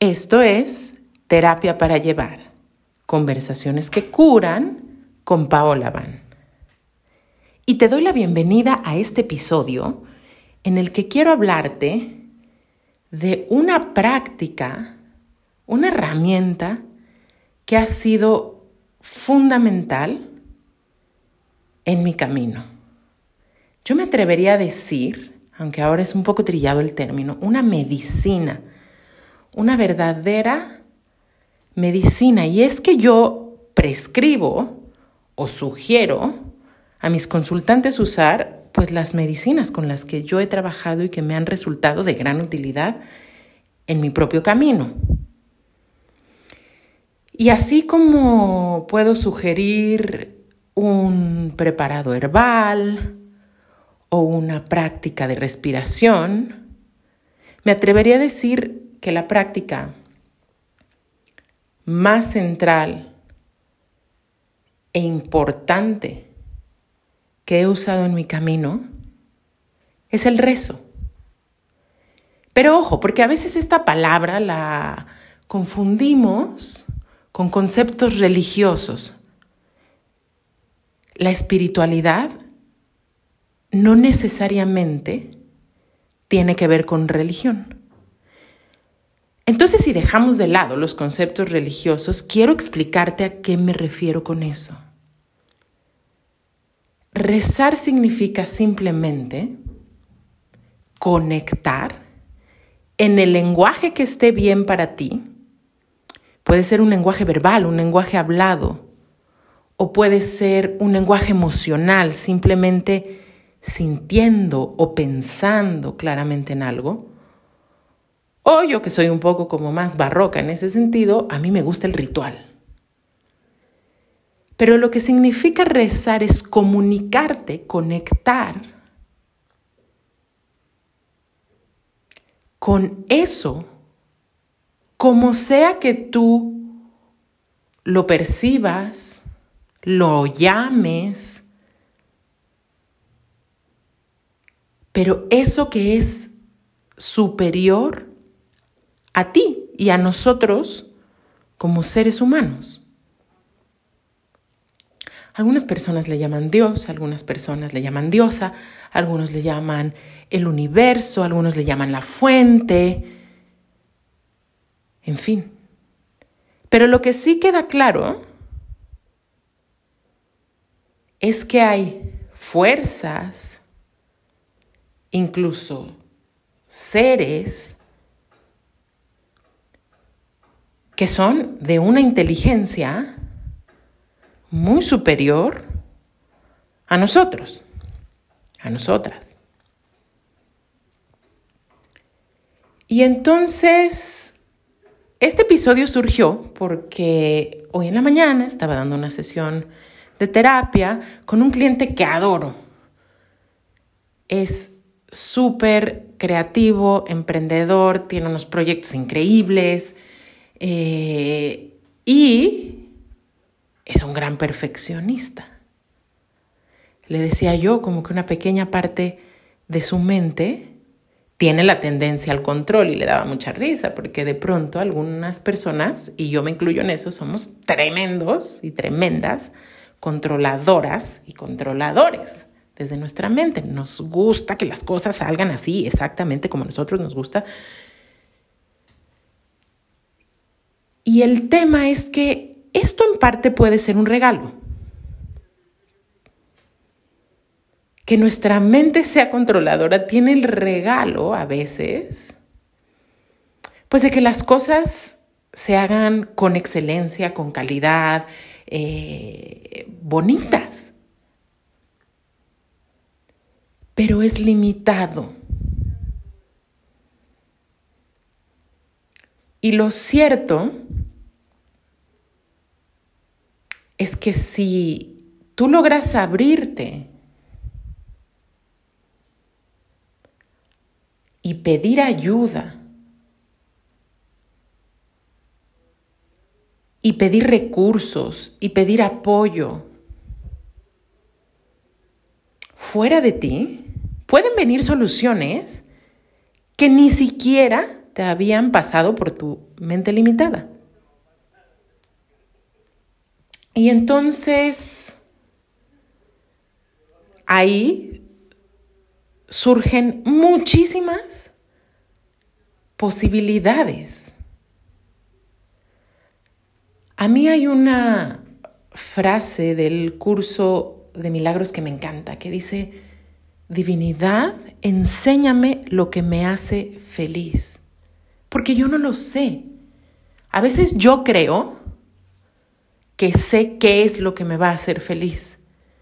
Esto es Terapia para Llevar, conversaciones que curan con Paola Van. Y te doy la bienvenida a este episodio en el que quiero hablarte de una práctica, una herramienta que ha sido fundamental en mi camino. Yo me atrevería a decir, aunque ahora es un poco trillado el término, una medicina, una verdadera medicina. Y es que yo prescribo o sugiero a mis consultantes usar pues las medicinas con las que yo he trabajado y que me han resultado de gran utilidad en mi propio camino. Y así como puedo sugerir un preparado herbal o una práctica de respiración, me atrevería a decir que la práctica más central e importante que he usado en mi camino es el rezo. Pero ojo, porque a veces esta palabra la confundimos con conceptos religiosos. La espiritualidad no necesariamente tiene que ver con religión. Entonces, si dejamos de lado los conceptos religiosos, quiero explicarte a qué me refiero con eso. Rezar significa simplemente conectar en el lenguaje que esté bien para ti. Puede ser un lenguaje verbal, un lenguaje hablado, o puede ser un lenguaje emocional, simplemente sintiendo o pensando claramente en algo. O yo, que soy un poco como más barroca en ese sentido, a mí me gusta el ritual. Pero lo que significa rezar es comunicarte, conectar con eso, como sea que tú lo percibas, lo llames, pero eso que es superior a ti y a nosotros como seres humanos. Algunas personas le llaman Dios, algunas personas le llaman diosa, algunos le llaman el universo, algunos le llaman la fuente, en fin. Pero lo que sí queda claro es que hay fuerzas, incluso seres, que son de una inteligencia muy superior a nosotros, a nosotras. Y entonces, este episodio surgió porque hoy en la mañana estaba dando una sesión de terapia con un cliente que adoro. Es súper creativo, emprendedor, tiene unos proyectos increíbles, y es un gran perfeccionista. Le decía yo como que una pequeña parte de su mente tiene la tendencia al control y le daba mucha risa porque de pronto algunas personas, y yo me incluyo en eso, somos tremendos y tremendas controladoras y controladores desde nuestra mente. Nos gusta que las cosas salgan así, exactamente como a nosotros nos gusta. Y el tema es que esto en parte puede ser un regalo. Que nuestra mente sea controladora tiene el regalo a veces, pues de que las cosas se hagan con excelencia, con calidad, bonitas. Pero es limitado. Y lo cierto es que si tú logras abrirte y pedir ayuda y pedir recursos y pedir apoyo fuera de ti, pueden venir soluciones que ni siquiera te habían pasado por tu mente limitada. Y entonces ahí surgen muchísimas posibilidades. A mí hay una frase del curso de milagros que me encanta, que dice: divinidad, enséñame lo que me hace feliz, porque yo no lo sé. A veces yo creo que sé qué es lo que me va a hacer feliz,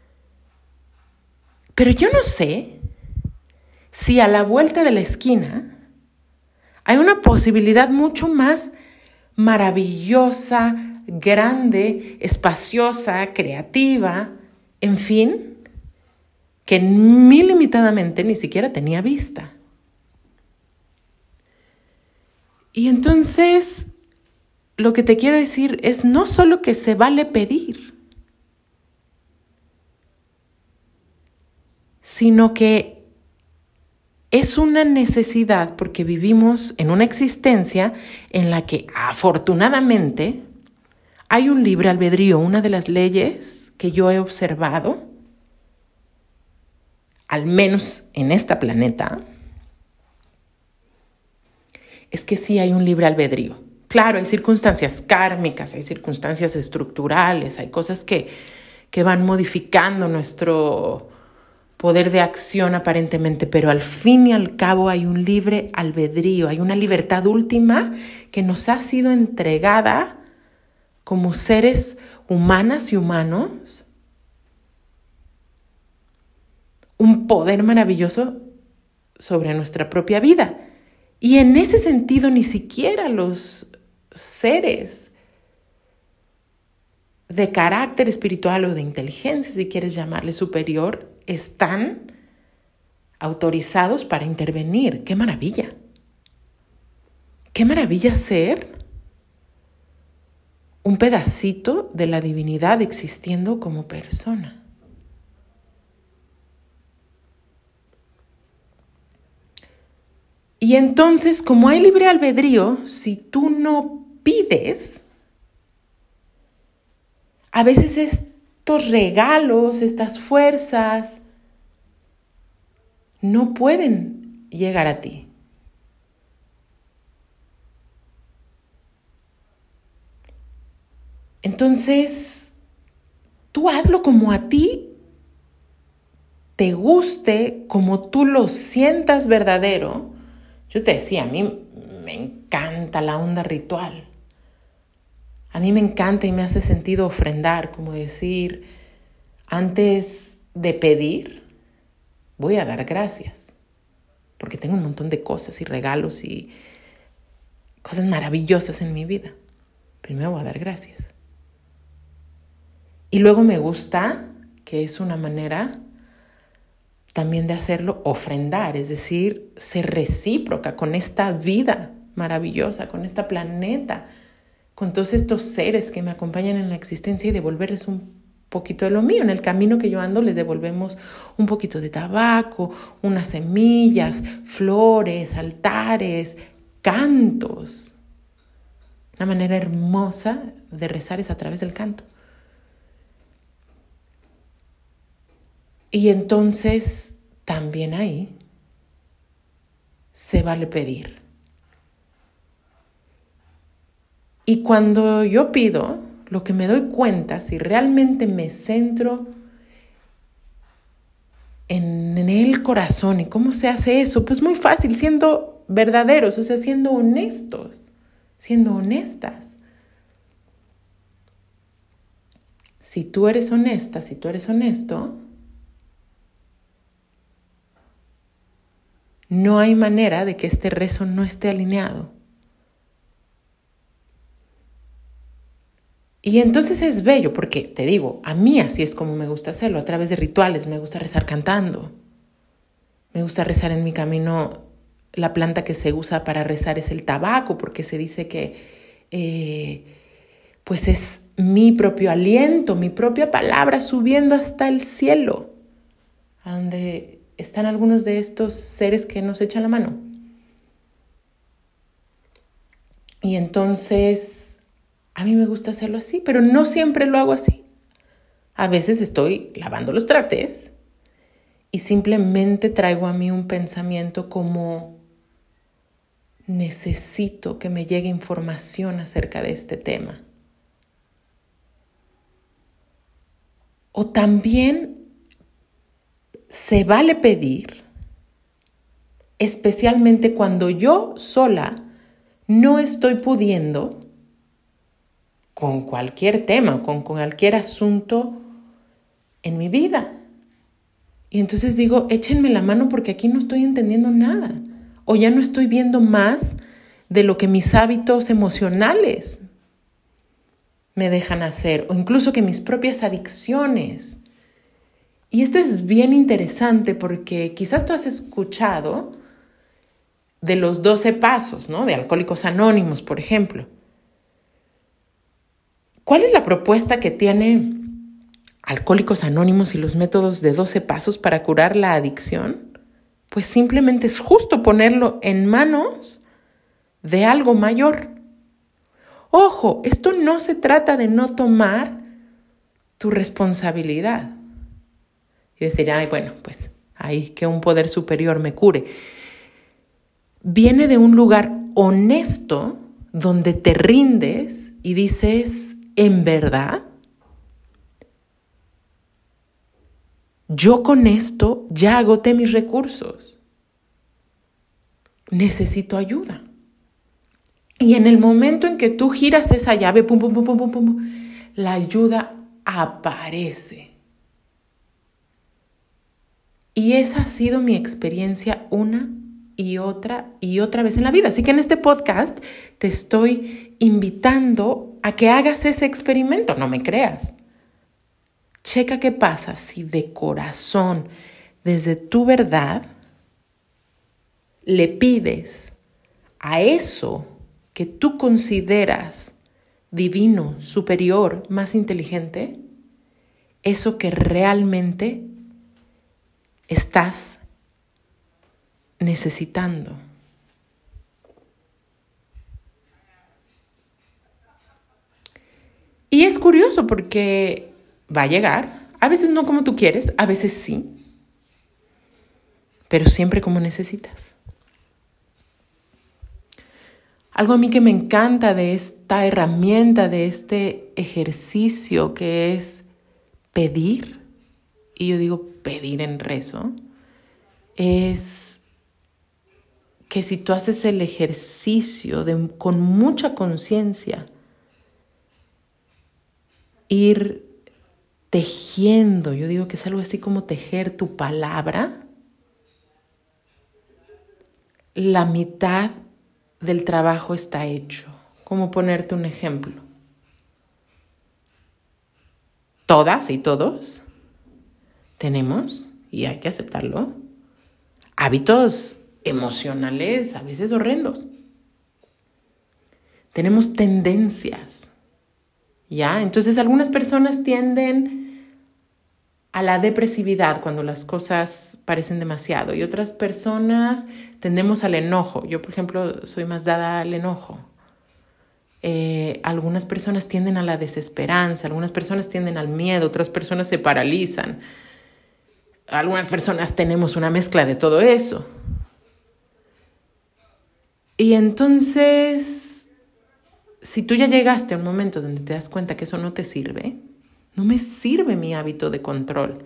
pero yo no sé si a la vuelta de la esquina hay una posibilidad mucho más maravillosa, grande, espaciosa, creativa, en fin, que muy limitadamente ni siquiera tenía vista. Y entonces, lo que te quiero decir es no solo que se vale pedir, sino que es una necesidad, porque vivimos en una existencia en la que afortunadamente hay un libre albedrío. Una de las leyes que yo he observado, al menos en este planeta, es que sí hay un libre albedrío. Claro, hay circunstancias kármicas, hay circunstancias estructurales, hay cosas que van modificando nuestro poder de acción aparentemente, pero al fin y al cabo hay un libre albedrío, hay una libertad última que nos ha sido entregada como seres humanas y humanos, un poder maravilloso sobre nuestra propia vida. Y en ese sentido, ni siquiera los seres de carácter espiritual o de inteligencia, si quieres llamarle superior, están autorizados para intervenir. ¡Qué maravilla! ¡Qué maravilla ser un pedacito de la divinidad existiendo como persona! Y entonces, como hay libre albedrío, si tú no pides, a veces estos regalos, estas fuerzas, no pueden llegar a ti. Entonces, tú hazlo como a ti te guste, como tú lo sientas verdadero. Yo te decía, a mí me encanta la onda ritual. A mí me encanta y me hace sentido ofrendar, como decir, antes de pedir, voy a dar gracias, porque tengo un montón de cosas y regalos y cosas maravillosas en mi vida. Primero voy a dar gracias. Y luego me gusta, que es una manera también de hacerlo, ofrendar, es decir, ser recíproca con esta vida maravillosa, con este planeta, con todos estos seres que me acompañan en la existencia y devolverles un poquito de lo mío. En el camino que yo ando les devolvemos un poquito de tabaco, unas semillas, flores, altares, cantos. Una manera hermosa de rezar es a través del canto. Y entonces también ahí se vale pedir. Y cuando yo pido, lo que me doy cuenta, si realmente me centro en el corazón, ¿y cómo se hace eso? Pues muy fácil, siendo verdaderos, o sea, siendo honestos, siendo honestas. Si tú eres honesta, si tú eres honesto, no hay manera de que este rezo no esté alineado. Y entonces es bello, porque te digo, a mí así es como me gusta hacerlo, a través de rituales. Me gusta rezar cantando. Me gusta rezar en mi camino. La planta que se usa para rezar es el tabaco, porque se dice que pues es mi propio aliento, mi propia palabra subiendo hasta el cielo, a donde están algunos de estos seres que nos echan la mano. Y entonces a mí me gusta hacerlo así, pero no siempre lo hago así. A veces estoy lavando los trastes y simplemente traigo a mí un pensamiento como: necesito que me llegue información acerca de este tema. O también se vale pedir, especialmente cuando yo sola no estoy pudiendo con cualquier tema, con cualquier asunto en mi vida. Y entonces digo, échenme la mano porque aquí no estoy entendiendo nada. O ya no estoy viendo más de lo que mis hábitos emocionales me dejan hacer, o incluso que mis propias adicciones. Y esto es bien interesante porque quizás tú has escuchado de los 12 pasos, ¿no? De Alcohólicos Anónimos, por ejemplo. ¿Cuál es la propuesta que tiene Alcohólicos Anónimos y los métodos de 12 pasos para curar la adicción? Pues simplemente es justo ponerlo en manos de algo mayor. Ojo, esto no se trata de no tomar tu responsabilidad y decir, ay, bueno, pues ahí que un poder superior me cure. Viene de un lugar honesto donde te rindes y dices, ¿en verdad? Yo con esto ya agoté mis recursos. Necesito ayuda. Y en el momento en que tú giras esa llave, pum, pum, pum, pum, pum, pum, la ayuda aparece. Y esa ha sido mi experiencia una y otra vez en la vida. Así que en este podcast te estoy invitando a que hagas ese experimento. No me creas. Checa qué pasa si de corazón, desde tu verdad, le pides a eso que tú consideras divino, superior, más inteligente, eso que realmente estás necesitando. Y es curioso porque va a llegar, a veces no como tú quieres, a veces sí, pero siempre como necesitas. Algo a mí que me encanta de esta herramienta, de este ejercicio que es pedir, y yo digo pedir en rezo, es que si tú haces el ejercicio con mucha conciencia, ir tejiendo, yo digo que es algo así como tejer tu palabra, la mitad del trabajo está hecho. Como ponerte un ejemplo. Todas y todos tenemos, y hay que aceptarlo, hábitos emocionales a veces horrendos. Tenemos tendencias, ¿ya? Entonces algunas personas tienden a la depresividad cuando las cosas parecen demasiado y otras personas tendemos al enojo. Yo, por ejemplo, soy más dada al enojo. Algunas personas tienden a la desesperanza, algunas personas tienden al miedo, otras personas se paralizan. Algunas personas tenemos una mezcla de todo eso. Y entonces, si tú ya llegaste a un momento donde te das cuenta que eso no te sirve, no me sirve mi hábito de control.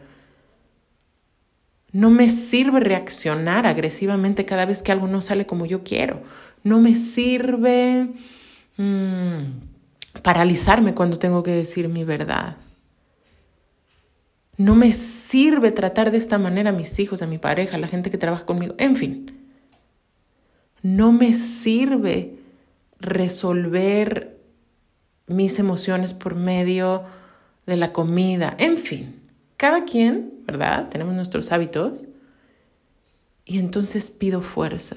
No me sirve reaccionar agresivamente cada vez que algo no sale como yo quiero. No me sirve paralizarme cuando tengo que decir mi verdad. No me sirve tratar de esta manera a mis hijos, a mi pareja, a la gente que trabaja conmigo. En fin, no me sirve resolver mis emociones por medio de la comida. En fin, cada quien, ¿verdad? Tenemos nuestros hábitos y entonces pido fuerza.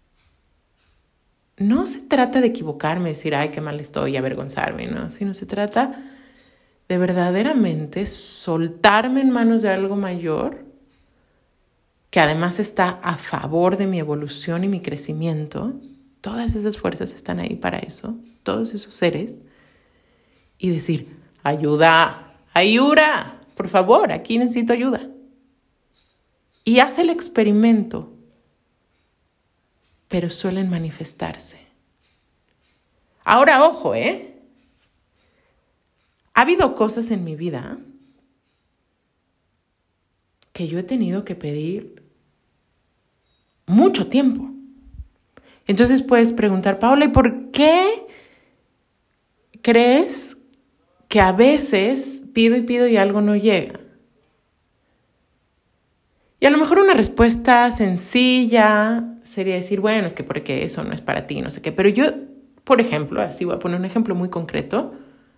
No se trata de equivocarme, decir, ay, qué mal estoy, y avergonzarme, ¿no? Sino se trata de verdaderamente soltarme en manos de algo mayor que además está a favor de mi evolución y mi crecimiento Todas esas fuerzas están ahí para eso, todos esos seres. Y decir, ayuda, ayuda, por favor, aquí necesito ayuda. Y haz el experimento, pero suelen manifestarse. Ahora, ojo, Ha habido cosas en mi vida que yo he tenido que pedir mucho tiempo. Entonces puedes preguntar, Paola, ¿y por qué crees que a veces pido y pido y algo no llega? Y a lo mejor una respuesta sencilla sería decir, bueno, es que porque eso no es para ti, no sé qué. Pero yo, por ejemplo, así voy a poner un ejemplo muy concreto,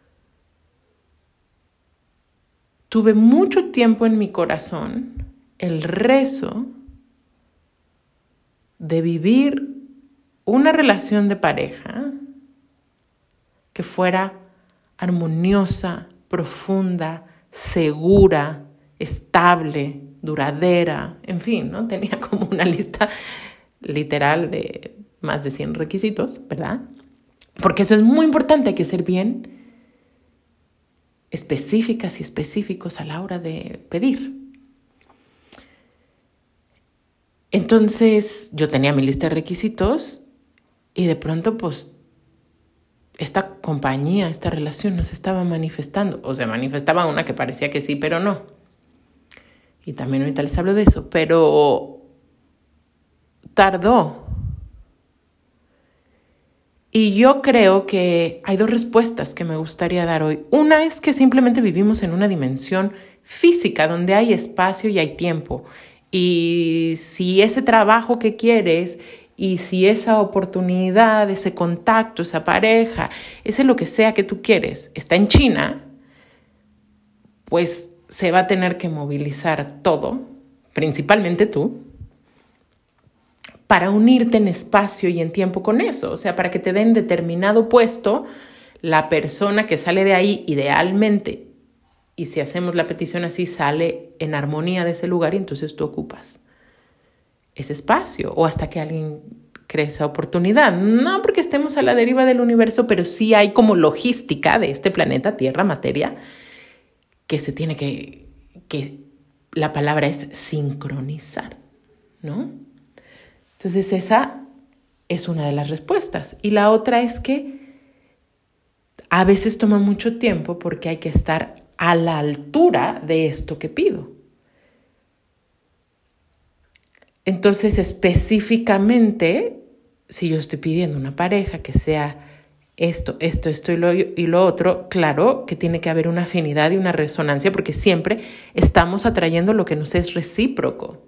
tuve mucho tiempo en mi corazón el rezo de vivir una relación de pareja que fuera armoniosa, profunda, segura, estable, duradera, en fin, ¿no? Tenía como una lista literal de más de 100 requisitos, ¿verdad? Porque eso es muy importante, hay que ser bien específicas y específicos a la hora de pedir. Entonces yo tenía mi lista de requisitos y de pronto pues esta compañía, esta relación no se estaba manifestando. O se manifestaba una que parecía que sí, pero no. Y también ahorita les hablo de eso, pero tardó. Y yo creo que hay dos respuestas que me gustaría dar hoy. Una es que simplemente vivimos en una dimensión física donde hay espacio y hay tiempo. Y si ese trabajo que quieres y si esa oportunidad, ese contacto, esa pareja, ese lo que sea que tú quieres, está en China, pues se va a tener que movilizar todo, principalmente tú, para unirte en espacio y en tiempo con eso. O sea, para que te den determinado puesto, la persona que sale de ahí idealmente, y si hacemos la petición así, sale en armonía de ese lugar y entonces tú ocupas ese espacio o hasta que alguien cree esa oportunidad. No porque estemos a la deriva del universo, pero sí hay como logística de este planeta, Tierra, materia, que se tiene que la palabra es sincronizar, ¿no? Entonces esa es una de las respuestas. Y la otra es que a veces toma mucho tiempo porque hay que estar a la altura de esto que pido. Entonces, específicamente, si yo estoy pidiendo una pareja que sea esto y lo otro, claro que tiene que haber una afinidad y una resonancia porque siempre estamos atrayendo lo que nos es recíproco.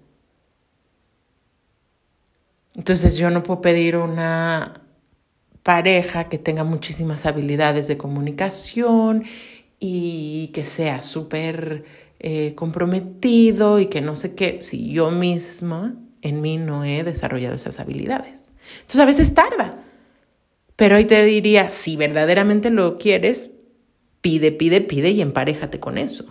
Entonces yo no puedo pedir una pareja que tenga muchísimas habilidades de comunicación y que sea súper comprometido y que no sé qué, si yo misma en mí no he desarrollado esas habilidades. Entonces a veces tarda, pero hoy te diría, si verdaderamente lo quieres, pide y emparéjate con eso.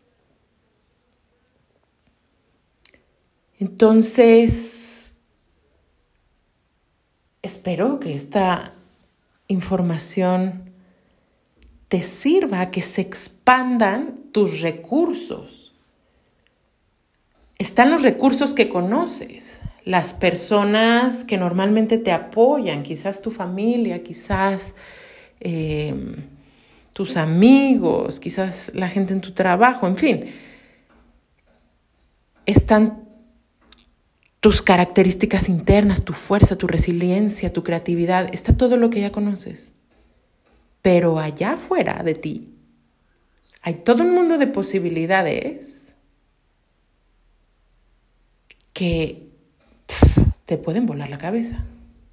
Entonces, espero que esta información te sirva a que se expandan tus recursos. Están los recursos que conoces, las personas que normalmente te apoyan, quizás tu familia, quizás tus amigos, quizás la gente en tu trabajo, en fin. Están tus características internas, tu fuerza, tu resiliencia, tu creatividad, está todo lo que ya conoces. Pero allá afuera de ti hay todo un mundo de posibilidades que te pueden volar la cabeza.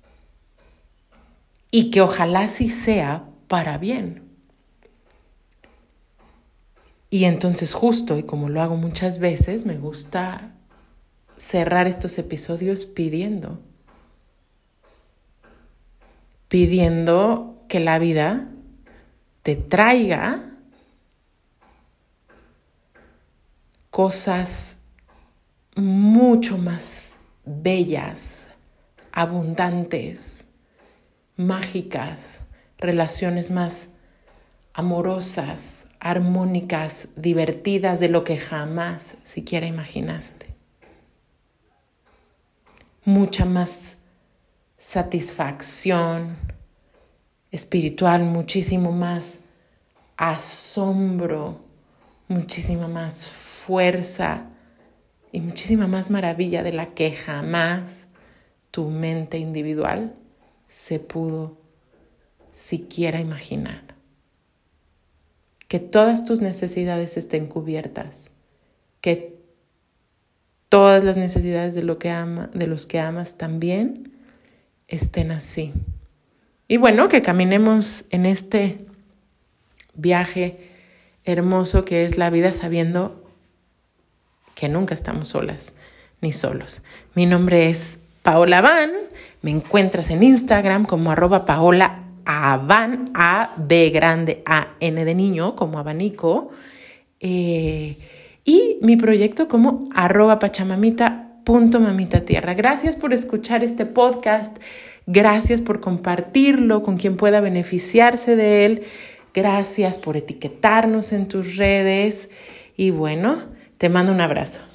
Y que ojalá sí sea para bien. Y entonces justo, y como lo hago muchas veces, me gusta cerrar estos episodios pidiendo que la vida te traiga cosas mucho más bellas, abundantes, mágicas, relaciones más amorosas, armónicas, divertidas de lo que jamás siquiera imaginaste. Mucha más satisfacción espiritual, muchísimo más asombro, muchísima más fuerza y muchísima más maravilla de la que jamás tu mente individual se pudo siquiera imaginar. Que todas tus necesidades estén cubiertas, que todas las necesidades de los que amas también estén así. Y bueno, que caminemos en este viaje hermoso que es la vida, sabiendo que nunca estamos solas ni solos. Mi nombre es Paola Van. Me encuentras en Instagram como @PaolaAvan, A-B grande A-N de niño, como abanico. Y mi proyecto como @pachamamita.mamitatierra. Gracias por escuchar este podcast. Gracias por compartirlo con quien pueda beneficiarse de él. Gracias por etiquetarnos en tus redes. Y bueno, te mando un abrazo.